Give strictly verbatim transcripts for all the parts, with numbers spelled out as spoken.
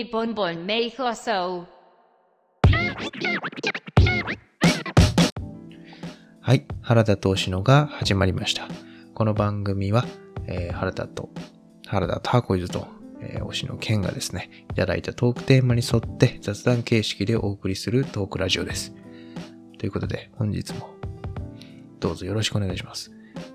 bonbon may so。 はい、原田としのが始まりました。この番組は、えー、原田と原田ターコイズと、えー、推しのケンがですね、いただいたトークテーマに沿って雑談形式でお送りするトークラジオです。ということで、本日もどうぞよろしくお願いします。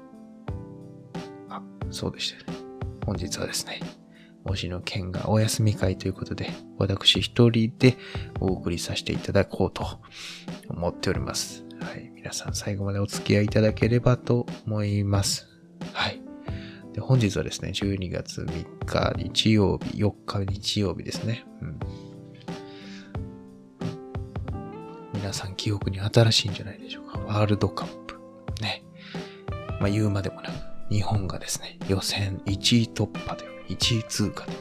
あ、そうでしたね。本日はですね、推しのケンがお休み会ということで、私一人でお送りさせていただこうと思っております。はい、皆さん最後までお付き合いいただければと思います。はい。で、本日はですね、じゅうにがつみっか日曜日、よっか日曜日ですね。うん、皆さん記憶に新しいんじゃないでしょうか。ワールドカップ。ね。まあ言うまでもなく、日本がですね、予選いちい突破という、いちい通過という。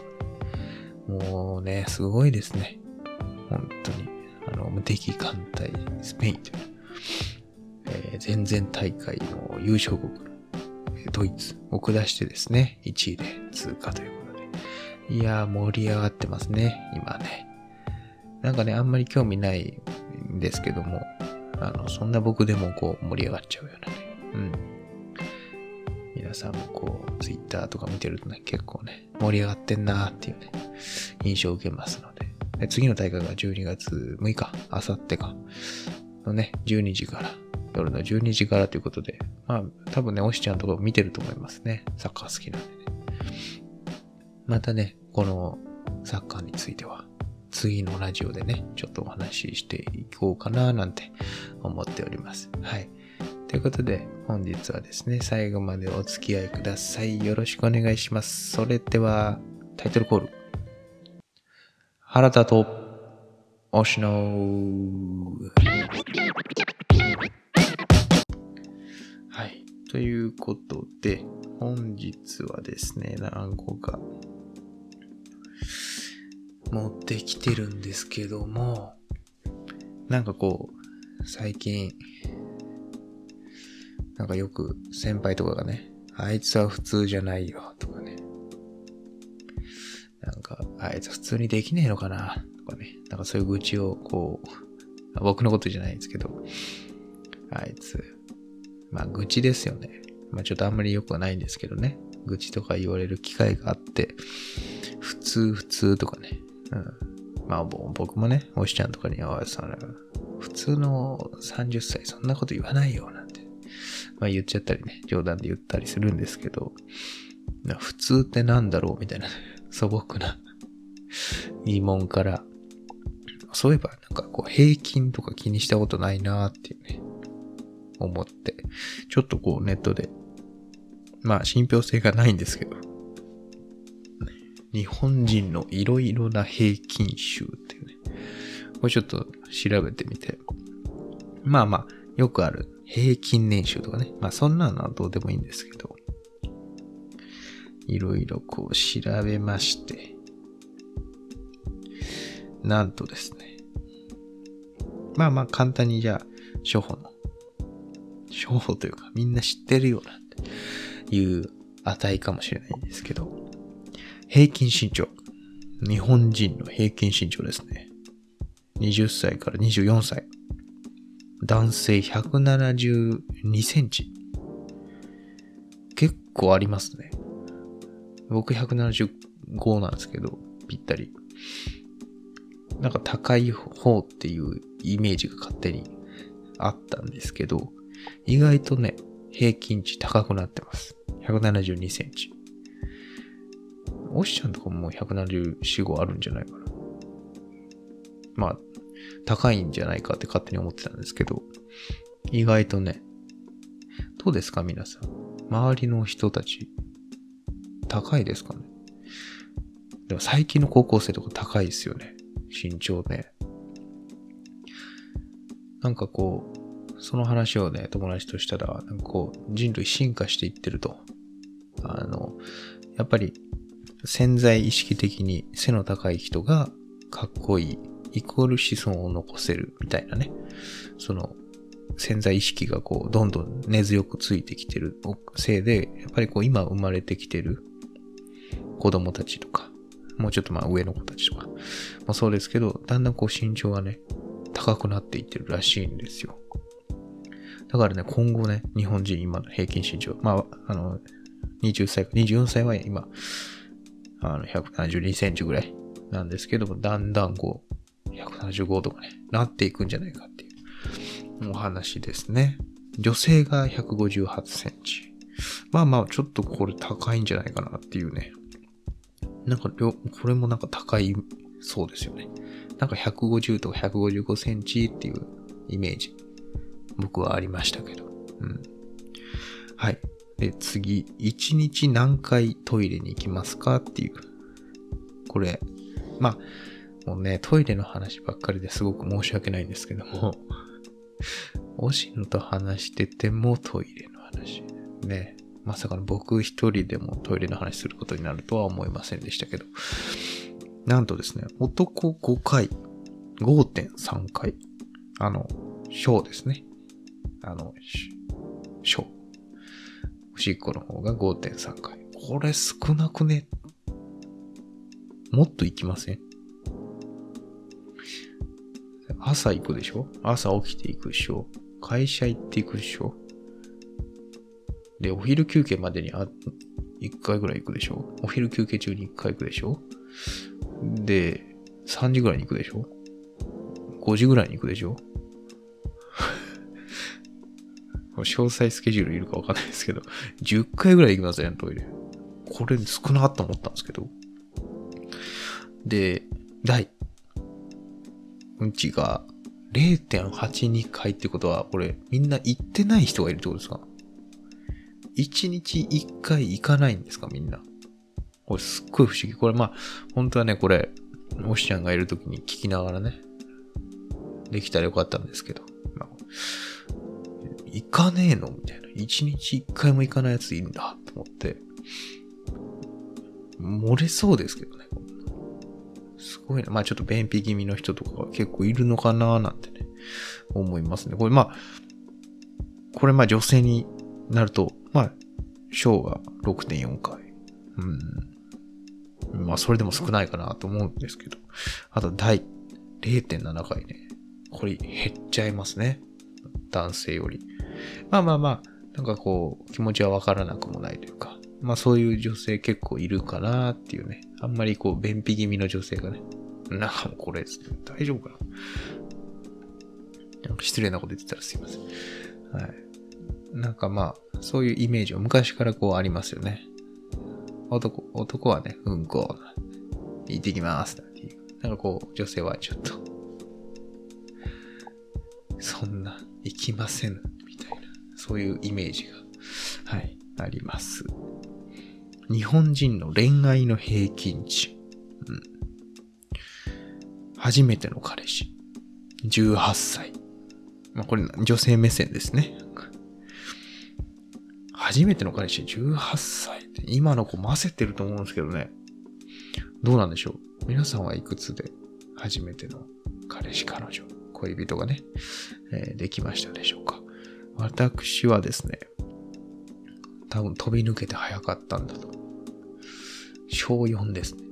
もうね、すごいですね。本当に。あの、無敵艦隊、スペインという、えー、前々大会の優勝国のドイツを下してですね、いちいで通過ということで。いやー、盛り上がってますね、今ね。なんかね、あんまり興味ないんですけども、あの、そんな僕でもこう盛り上がっちゃうようなね。うん。皆さんもこう、ツイッターとか見てるとね、結構ね、盛り上がってんなーっていうね、印象を受けますので。で、次の大会がじゅうにがつむいか、あさってか、のね、じゅうにじから、夜のじゅうにじからということで、まあ、多分ね、おしちゃんとか見てると思いますね。サッカー好きなんでね。またね、このサッカーについては、次のラジオでね、ちょっとお話ししていこうかななんて思っております。はい。ということで、本日はですね、最後までお付き合いください。よろしくお願いします。それでは、タイトルコール。原田と、推しの、はい。ということで、本日はですね、何個か持ってきてるんですけども、なんかこう、最近、なんかよく先輩とかがね、あいつは普通じゃないよとかね、なんかあいつ普通にできねえのかなとかね、なんかそういう愚痴をこう、僕のことじゃないですけど、あいつ、まあ愚痴ですよね。まあちょっとあんまり良くはないんですけどね、愚痴とか言われる機会があって、普通普通とかね、うん、まあ僕もね、おしちゃんとかに合わせたら、普通のさんじゅっさいそんなこと言わないよなんて、まあ言っちゃったりね、冗談で言ったりするんですけど、普通ってなんだろうみたいな素朴な疑問から、そういえばなんかこう平均とか気にしたことないなーっていうね、思って、ちょっとこうネットで、まあ信憑性がないんですけど、日本人のいろいろな平均集っていうね、これちょっと調べてみて、まあまあよくある平均年収とかね、まあそんなのはどうでもいいんですけど、いろいろこう調べまして、なんとですね、まあまあ簡単にじゃあ初歩の初歩というかみんな知ってるよなんていう値かもしれないんですけど、平均身長、日本人の平均身長ですね。はたちからにじゅうよんさい、男性ひゃくななじゅうにセンチ、結構ありますね。僕ひゃくななじゅうごなんですけど、ぴったり。なんか高い方っていうイメージが勝手にあったんですけど、意外とね、平均値高くなってます。ひゃくななじゅうにセンチ。おしちゃんとかもひゃくななじゅうよん、ごあるんじゃないかな。まあ、高いんじゃないかって勝手に思ってたんですけど、意外とね、どうですか皆さん。周りの人たち、高いですかね。でも最近の高校生とか高いですよね。身長ね。なんかこう、その話をね、友達としたら、なんかこう、人類進化していってると。あの、やっぱり、潜在意識的に背の高い人がかっこいい、イコール子孫を残せるみたいなね。その、潜在意識がこう、どんどん根強くついてきてるせいで、やっぱりこう、今生まれてきてる子供たちとか、 もうちょっとまあ上の子たちとかもそうですけど、だんだんこう身長がね、高くなっていってるらしいんですよ。だからね、今後ね、日本人今の平均身長、まあ、あの、にじゅっさいかにじゅうよんさいは今、あの、ひゃくななじゅうにセンチぐらいなんですけども、だんだんこう、ひゃくななじゅうごとかね、なっていくんじゃないかっていうお話ですね。女性がひゃくごじゅうはちセンチ。まあまあ、ちょっとこれ高いんじゃないかなっていうね。なんか、これもなんか高いそうですよね。なんかひゃくごじゅうとかひゃくごじゅうごセンチっていうイメージ。僕はありましたけど。うん。はい。で、次、いちにち何回トイレに行きますかっていう。これ、まあ、もうね、トイレの話ばっかりですごく申し訳ないんですけども、おしのと話しててもトイレの話。ね。まさかの僕一人でもトイレの話することになるとは思いませんでしたけど。なんとですね、男ごかい、ごてんさんかい。あの、小ですね。あの、小。おしっこの方が ごてんさんかい。これ少なくね？もっと行きません？朝行くでしょ？朝起きて行くでしょ？会社行って行くでしょ？で、お昼休憩までにあいっかいぐらい行くでしょ？お昼休憩中にいっかい行くでしょ？で、さんじぐらいに行くでしょ？ごじぐらいに行くでしょ？詳細スケジュールいるかわかんないですけど、じゅっかいぐらい行きますね、トイレ。これ少なと思ったんですけど。で、大。うんちが れいてんはちにかいってことは、これみんな行ってない人がいるってことですか？いちにちいっかい行かないんですか、みんな。これすっごい不思議。これまあ、本当はね、これ、おしちゃんがいるときに聞きながらね、できたらよかったんですけど、まあ、行かねえのみたいな。いちにちいっかいも行かないやついいんだと思って、漏れそうですけどね。すごいな。まあちょっと便秘気味の人とかが結構いるのかななんてね、思いますね。これまあ、これまあ女性になると、まあ、小が ろくてんよんかい。うん。まあそれでも少ないかなと思うんですけど。あと大 れいてんななかいね。これ減っちゃいますね。男性より。まあまあまあ、なんかこう、気持ちはわからなくもないというか。まあそういう女性結構いるかなっていうね。あんまりこう、便秘気味の女性がね。なんかもうこれ、大丈夫かな。なんか失礼なこと言ってたらすいません。はい。なんかまあ、そういうイメージは昔からこうありますよね。男、男はね、うんこ、行ってきますっていう。なんかこう、女性はちょっと、そんな、行きません、みたいな、そういうイメージが、はい、あります。日本人の恋愛の平均値。うん。初めての彼氏。じゅうはっさい。まあ、これ、女性目線ですね。初めての彼氏じゅうはっさいって、今の子混ぜてると思うんですけどね。どうなんでしょう。皆さんはいくつで初めての彼氏、彼女、恋人がね、えー、できましたでしょうか。私はですね、多分飛び抜けて早かったんだと。しょうよんですね。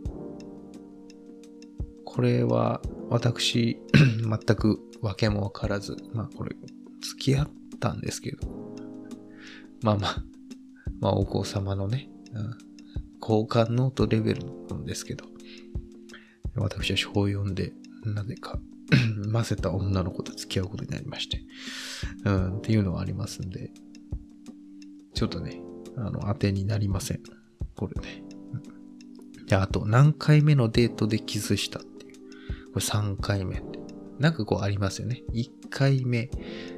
これは私、全く訳もわからず、まあこれ、付き合ったんですけど、まあまあ、まあお子様のね、うん、交換ノートレベルなんですけど、私はしょうよんで、なぜか、混ぜた女の子と付き合うことになりまして、うん、っていうのはありますんで、ちょっとね、あの、当てになりません。これね。で、あと、何回目のデートでキスしたっていう。これさんかいめって。なんかこうありますよね。いっかいめ、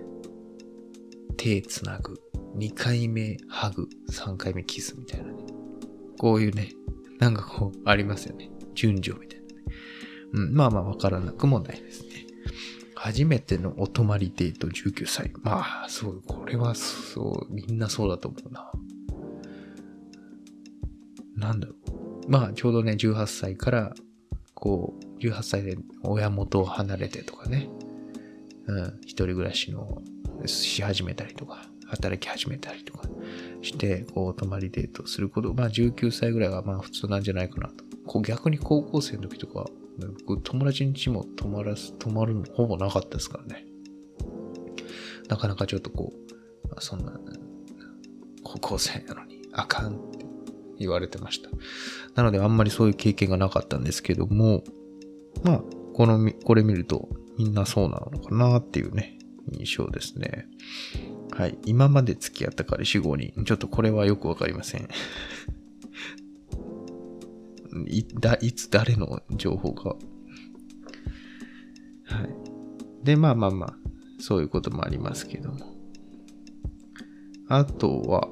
手つなぐ。にかいめ、ハグ。さんかいめ、キスみたいなね。こういうね、なんかこうありますよね。順序みたいなね。うん、まあまあわからなくもないですね。初めてのお泊まりデートじゅうきゅうさい。まあ、そう、これはそう、みんなそうだと思うな。なんだろう。まあ、ちょうどね、じゅうはっさいから、こう、じゅうはっさいで親元を離れてとかね。うん、一人暮らしの、し始めたりとか、働き始めたりとかして、こう、お泊まりデートすること、まあ、じゅうきゅうさいぐらいはまあ、普通なんじゃないかなと。 こう逆に高校生の時とか、僕友達ん家も泊まらす、泊まるのほぼなかったですからね。なかなかちょっとこう、そんな、高校生なのにあかんって言われてました。なのであんまりそういう経験がなかったんですけども、まあ、この、これ見るとみんなそうなのかなっていうね、印象ですね。はい。今まで付き合った彼氏ごにん。ちょっとこれはよくわかりません。い、だ、いつ誰の情報か。はい。で、まあまあまあ、そういうこともありますけども。あとは、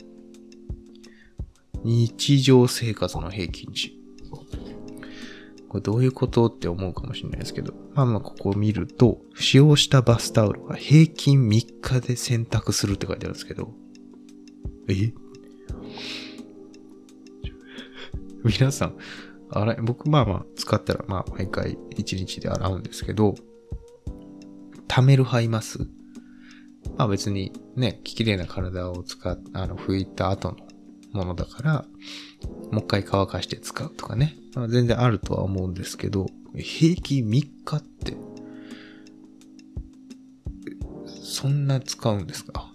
日常生活の平均値。これどういうことって思うかもしれないですけど、まあまあここを見ると、使用したバスタオルは平均みっかで洗濯するって書いてあるんですけど、え皆さん、あれ、僕まあまあ使ったらまあ毎回いちにちで洗うんですけど、溜める派います？まあ別にね、綺麗な体を使っ、あの、拭いた後のものだから、もう一回乾かして使うとかね。まあ、全然あるとは思うんですけど、平均みっかって、そんな使うんですか？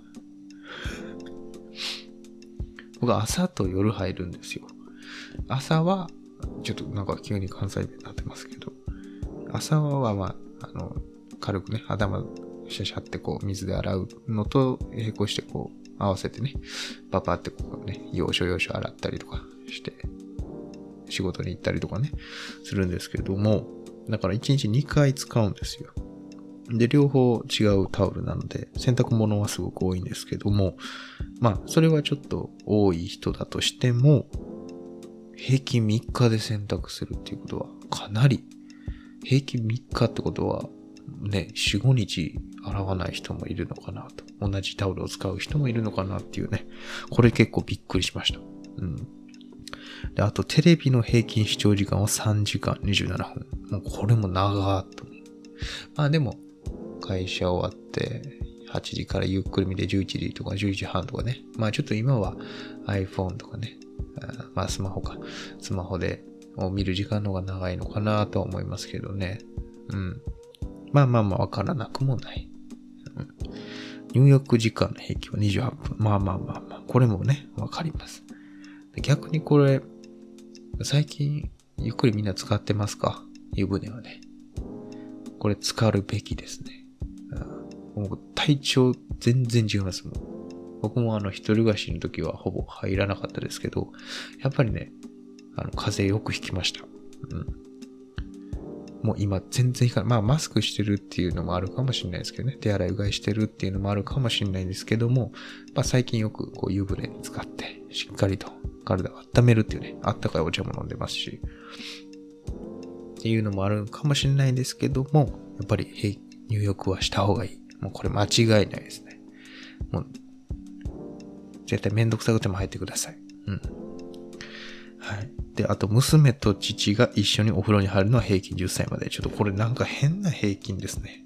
僕は朝と夜入るんですよ。朝は、ちょっとなんか急に関西弁になってますけど、朝はまあ、あの、軽くね、頭シャシャってこう水で洗うのと並行してこう合わせてね、パパってこうね、要所要所洗ったりとかして、仕事に行ったりとかね、するんですけれども、だからいちにちにかい使うんですよ。で、両方違うタオルなので、洗濯物はすごく多いんですけども、まあ、それはちょっと多い人だとしても、平均みっかで洗濯するっていうことは、かなり、平均みっかってことは、ね、よん、ごにち洗わない人もいるのかなと。同じタオルを使う人もいるのかなっていうね。これ結構びっくりしました。うん。で、あとテレビの平均視聴時間はさんじかんにじゅうななふん。もうこれも長ーっと。まあでも、会社終わってはちじからゆっくり見てじゅういちじとかじゅういちじはんとかね。まあちょっと今は iPhone とかね。まあスマホか。スマホで見る時間の方が長いのかなとは思いますけどね。うん。まあまあまあわからなくもない。うん、入浴時間の平均はにじゅうはっぷん。まあまあまあまあ。これもね、わかります。逆にこれ、最近ゆっくりみんな使ってますか？湯船はね。これ使うべきですね。もう体調全然違いますもん。僕もあの一人暮らしの時はほぼ入らなかったですけど、やっぱりね、あの風邪よくひきました。うん。もう今全然ひかない。まあマスクしてるっていうのもあるかもしれないですけどね。手洗いうがいしてるっていうのもあるかもしれないんですけども、まあ最近よくこう湯船に使ってしっかりと体を温めるっていうね、あったかいお茶も飲んでますし、っていうのもあるかもしれないんですけども、やっぱり入浴はした方がいい。もうこれ間違いないですね。もう、絶対めんどくさくても入ってください。うん。はい。で、あと、娘と父が一緒にお風呂に入るのは平均じゅっさいまで。ちょっとこれなんか変な平均ですね。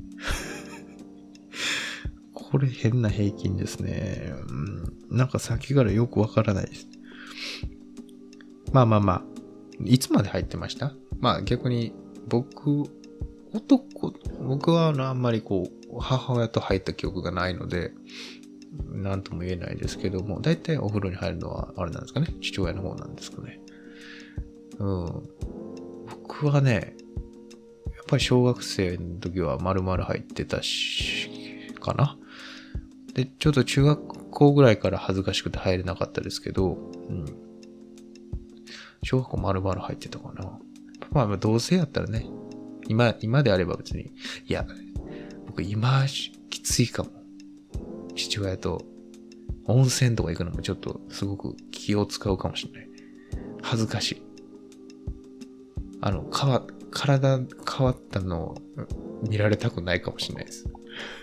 これ変な平均ですね。うん。なんか先からよくわからないです。まあまあまあ。いつまで入ってました？まあ逆に、僕、男、僕はあんまりこう、母親と入った記憶がないので、なんとも言えないですけども、だいたいお風呂に入るのは、あれなんですかね、父親の方なんですかね。うん。僕はね、やっぱり小学生の時は丸々入ってたし、かな。で、ちょっと中学校ぐらいから恥ずかしくて入れなかったですけど、うん。小学校丸々入ってたかな。まあ、どうせやったらね、今、今であれば別に、いや、僕今、きついかも。父親と温泉とか行くのもちょっとすごく気を使うかもしれない。恥ずかしい。あの、かわ、体変わったのを見られたくないかもしれないです。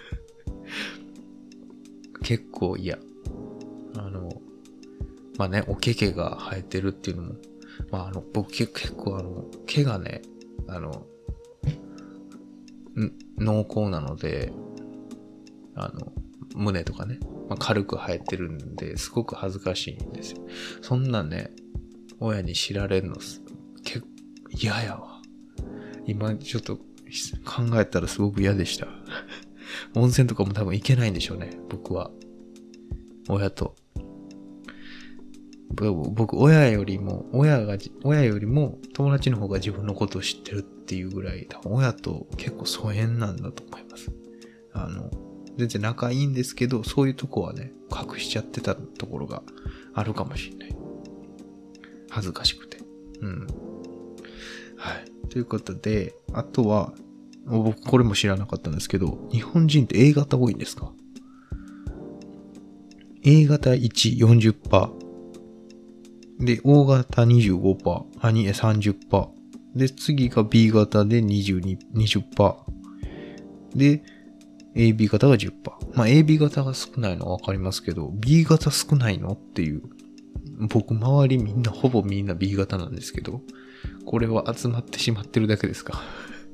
結構嫌。あの、まあね、おけけが生えてるっていうのも、まああの、僕結構あの、毛がね、あの、濃厚なので、あの、胸とかね、まあ、軽く生えてるんで、すごく恥ずかしいんですよ。そんなんね、親に知られるの嫌やわ。今ちょっと考えたらすごく嫌でした。温泉とかも多分行けないんでしょうね、僕は。親と。僕、親よりも、親が、親よりも友達の方が自分のことを知ってるっていうぐらい、多分親と結構疎遠なんだと思います。あの、全然仲いいんですけど、そういうとこはね、隠しちゃってたところがあるかもしれない。恥ずかしくて。うん。はい。ということで、あとは、僕これも知らなかったんですけど、日本人って A 型多いんですか？ A 型いち、よんじゅっパーセント。で、O 型 にじゅうごパーセント。あ、に、さんじゅっパーセント。で、次が B 型でにじゅうに、にじゅっパーセント。で、エービー 型が じゅっパーセント。まあ、エービー 型が少ないのはわかりますけど、B 型少ないのっていう。僕、周りみんな、ほぼみんな B 型なんですけど、これは集まってしまってるだけですか？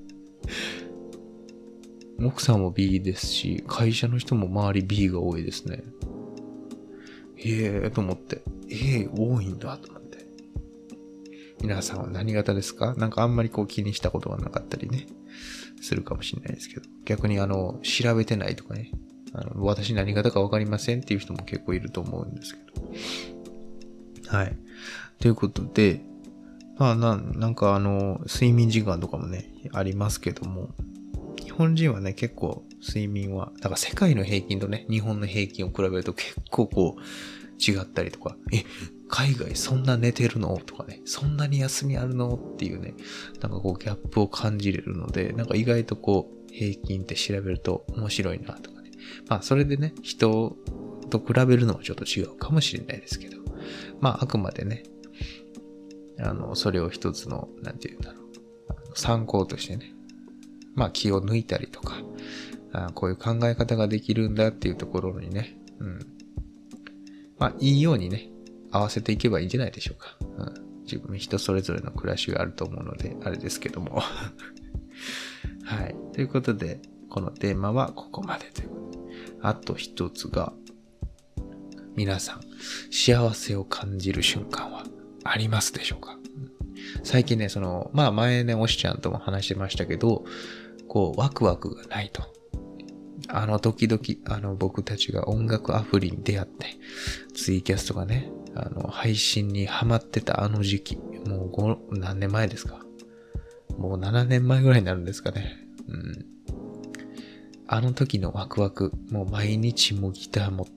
奥さんも B ですし、会社の人も周り B が多いですね。へえーと思って。ええー、多いんだと思って。皆さんは何型ですか？なんかあんまりこう気にしたことがなかったりね、するかもしれないですけど。逆にあの、調べてないとかね。あの、私何型かわかりませんっていう人も結構いると思うんですけど。はい。ということで、まあな、なんかあの、睡眠時間とかもね、ありますけども、日本人はね、結構睡眠は、だから世界の平均とね、日本の平均を比べると結構こう、違ったりとか、え、海外そんな寝てるのとかね、そんなに休みあるのっていうね、なんかこうギャップを感じれるので、なんか意外とこう、平均って調べると面白いなとかね。まあそれでね、人と比べるのはちょっと違うかもしれないですけど、まああくまでね、あの、それを一つの、なんていうんだろう、参考としてね、まあ気を抜いたりとか、あこういう考え方ができるんだっていうところにね、うん。まあいいようにね、合わせていけばいいんじゃないでしょうか。うん、自分人それぞれの暮らしがあると思うので、あれですけども。はい。ということで、このテーマはここまでということで。あと一つが、皆さん、幸せを感じる瞬間はありますでしょうか？最近ね、その、まあ前ね、おしちゃんとも話してましたけど、こう、ワクワクがないと。あの時々、あの僕たちが音楽アプリに出会って、ツイキャスとかね、あの、配信にハマってたあの時期、もうご、何年前ですか？もうななねんまえぐらいになるんですかね。うん。あの時のワクワク、もう毎日もギター持って、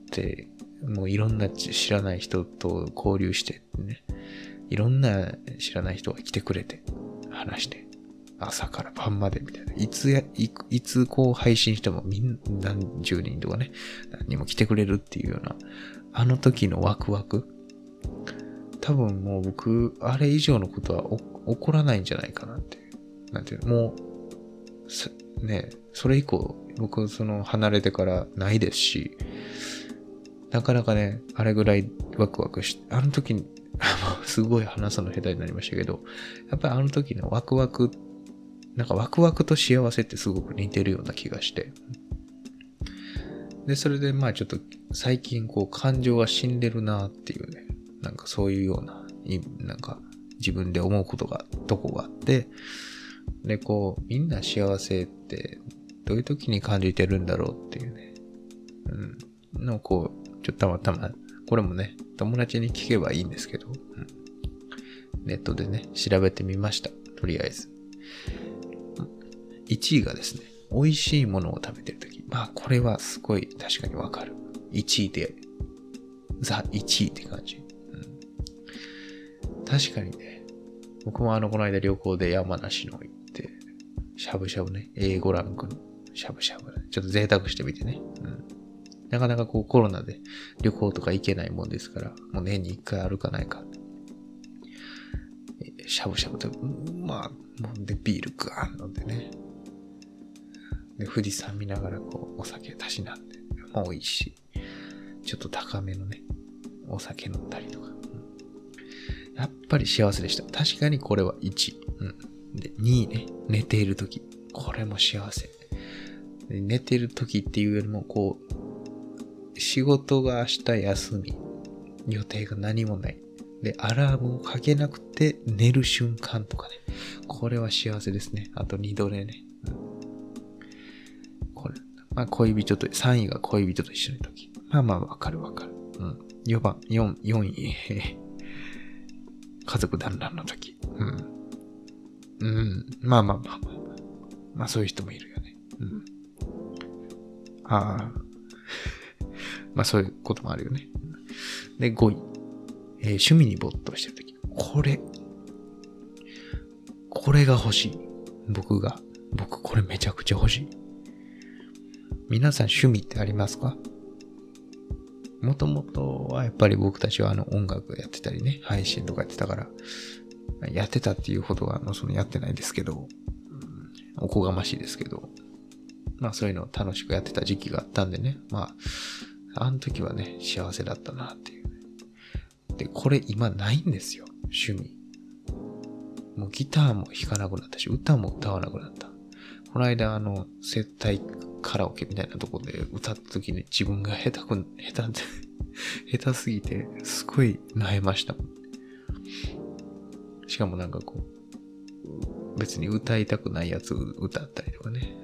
もういろんな知らない人と交流してね、いろんな知らない人が来てくれて、話して、朝から晩までみたいな。いつや、い, いつこう配信してもみんな何十人とかね、何人も来てくれるっていうような、あの時のワクワク。多分もう僕、あれ以上のことは起こらないんじゃないかなっていう。なんていうの、もう、ね、それ以降、僕その離れてからないですし、なかなかね、あれぐらいワクワクして、あの時に、すごい話すの下手になりましたけど、やっぱりあの時のワクワク、なんかワクワクと幸せってすごく似てるような気がして。で、それでまあちょっと最近こう感情が死んでるなっていうね、なんかそういうような、なんか自分で思うことが、とこがあって、で、こう、みんな幸せってどういう時に感じてるんだろうっていうね、うん、のこう、ちょっとたまたま、これもね、友達に聞けばいいんですけど、うん、ネットでね、調べてみました。とりあえず。いちいがですね、美味しいものを食べてるとき。まあ、これはすごい確かにわかる。いちいで、ザいちいって感じ。うん、確かにね、僕もあの、この間旅行で山梨の行って、しゃぶしゃぶね、エーご ランクのしゃぶしゃぶ、ちょっと贅沢してみてね。うん、なかなかこうコロナで旅行とか行けないもんですから、もう年にいっかいあるかないか。しゃぶしゃぶと、まあ、もんでビールガーン飲んでね。で、富士山見ながらこう、お酒たしなんで、もう美味しい。ちょっと高めのね、お酒飲んだりとか。うん、やっぱり幸せでした。確かにこれはいち。うん。で、にいね、寝ているとき。これも幸せ。で寝てるときっていうよりも、こう、仕事が明日休み。予定が何もない。で、アラームをかけなくて寝る瞬間とかね。 これは幸せですね。あとにど寝ね。うん、これ、まあ恋人と、さんいが恋人と一緒の時。まあまあわかるわかる。うん。よんばん、よん、よんい、家族団らんの時。うん。うん。まあまあまあまあ。まあそういう人もいるよね。うん。ああ。まあそういうこともあるよね。で、ごい。えー、趣味に没頭してるとき。これ。これが欲しい。僕が。僕これめちゃくちゃ欲しい。皆さん趣味ってありますか？もともとはやっぱり僕たちはあの音楽やってたりね、配信とかやってたから、やってたっていうほどはあのそのやってないですけど、うん、おこがましいですけど、まあそういうのを楽しくやってた時期があったんでね、まあ、あの時はね、幸せだったなっていう。で、これ今ないんですよ、趣味。もうギターも弾かなくなったし、歌も歌わなくなった。この間あの、接待カラオケみたいなとこで歌った時に自分が下手く、下手って、下手すぎて、すごい萎えましたもん。しかもなんかこう、別に歌いたくないやつ歌ったりとかね。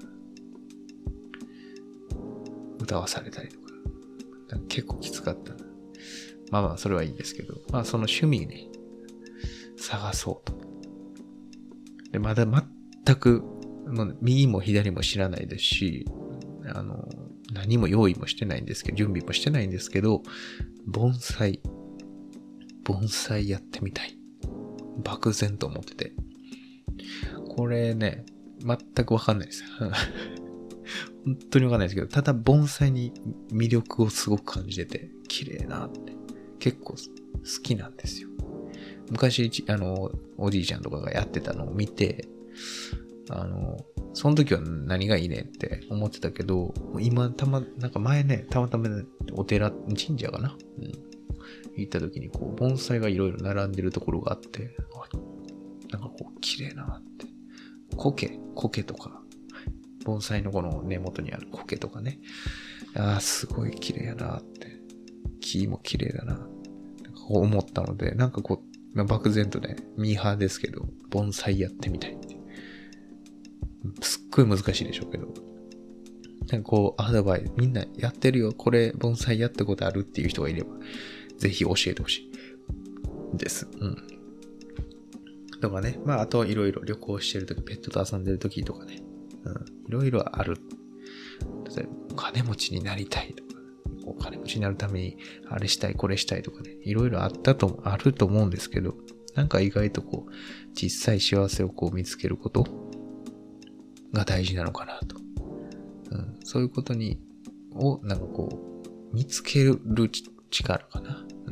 歌わされたりとか。結構きつかったな。まあまあ、それはいいんですけど。まあ、その趣味ね、探そうと。で、まだ全く、右も左も知らないですし、あの、何も用意もしてないんですけど、準備もしてないんですけど、盆栽、盆栽やってみたい。漠然と思ってて。これね、全くわかんないです。本当にわかんないですけど、ただ盆栽に魅力をすごく感じてて、綺麗なって。結構好きなんですよ。昔、あの、おじいちゃんとかがやってたのを見て、あの、その時は何がいいねって思ってたけど、今たま、なんか前ね、たまたまお寺、神社かな、うん、行った時にこう、盆栽がいろいろ並んでるところがあって、なんかこう、綺麗なって。苔、苔とか、盆栽のこの根元にある苔とかね。ああ、すごい綺麗やなって。木も綺麗だな。なんかこう思ったので、なんかこう、漠然とね、ミーハーですけど、盆栽やってみたいって。すっごい難しいでしょうけど。なんかこう、アドバイス、みんなやってるよ、これ、盆栽やったことあるっていう人がいれば、ぜひ教えてほしい。です。うん。とかね。まあ、あといろいろ旅行してるとき、ペットと遊んでるときとかね。うん。いろいろある。例えば、お金持ちになりたいとか、お金持ちになるために、あれしたい、これしたいとかね。いろいろあったと、あると思うんですけど、なんか意外とこう、実際幸せをこう見つけることが大事なのかなと。うん。そういうことに、を、なんかこう、見つける力かな。うん。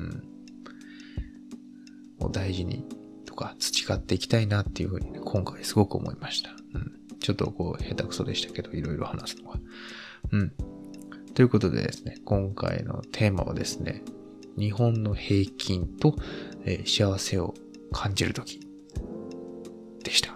を大事に、とか培っていきたいなっていうふうにね、今回すごく思いました。うん。ちょっとこう、下手くそでしたけど、いろいろ話すのが。うん。ということでですね、今回のテーマはですね、日本の平均と、えー、幸せを感じるときでした。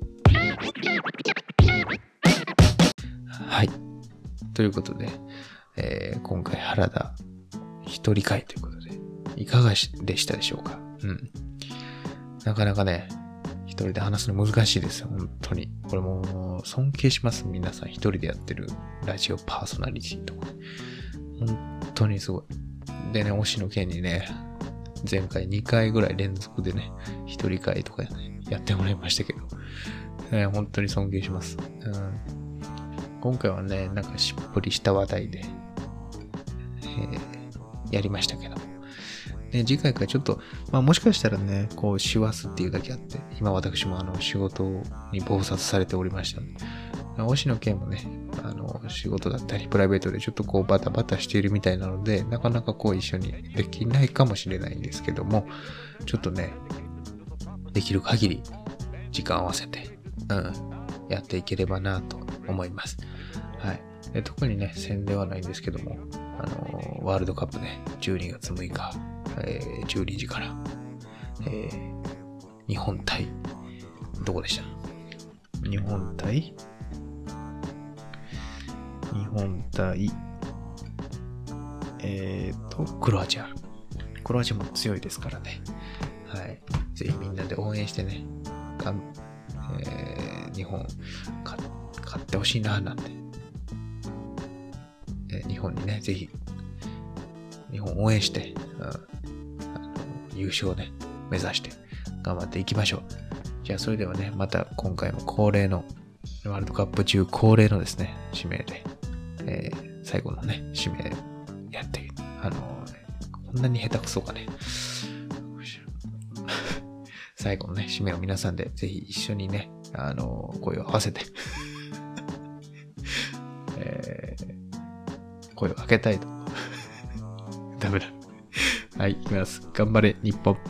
はい。ということで、えー、今回原田一人会ということで、いかがでしたでしょうか？うん。なかなかね、一人で話すの難しいですよ、本当に。これもう尊敬します、皆さん一人でやってるラジオパーソナリティとか。本当にすごい。でね、推しの件にね、前回にかいぐらい連続でね、一人会とか、ね、やってもらいましたけど、えー、本当に尊敬します。うん、今回はね、なんかしっぽりした話題で、えー、やりましたけど、ね、次回からちょっと、まあもしかしたらね、こう、師走っていうだけあって、今私もあの、仕事に忙殺されておりましたので、推しの件もね、あの、仕事だったり、プライベートでちょっとこう、バタバタしているみたいなので、なかなかこう、一緒にできないかもしれないんですけども、ちょっとね、できる限り、時間を合わせて、うん、やっていければなと思います。はい。で特にね、宣伝はないんですけども、あの、ワールドカップね、じゅうにがつむいか、えー、じゅうにじから、えー、日本対、どこでした？日本対日本対、えーと、クロアチア。クロアチアも強いですからね。はい。ぜひみんなで応援してね、 えー、日本勝ってほしいななんて、えー、日本にねぜひ日本を応援して、うん、あの優勝をね目指して頑張っていきましょう。じゃあそれではね、また今回も恒例のワールドカップ中恒例のですね指名で、えー、最後のね指名やってあのーね、こんなに下手くそかね最後のね、締めを皆さんでぜひ一緒にね、あのー、声を合わせて、えー、声をかけたいと。ダメだ。はい、いきます。頑張れ、日本。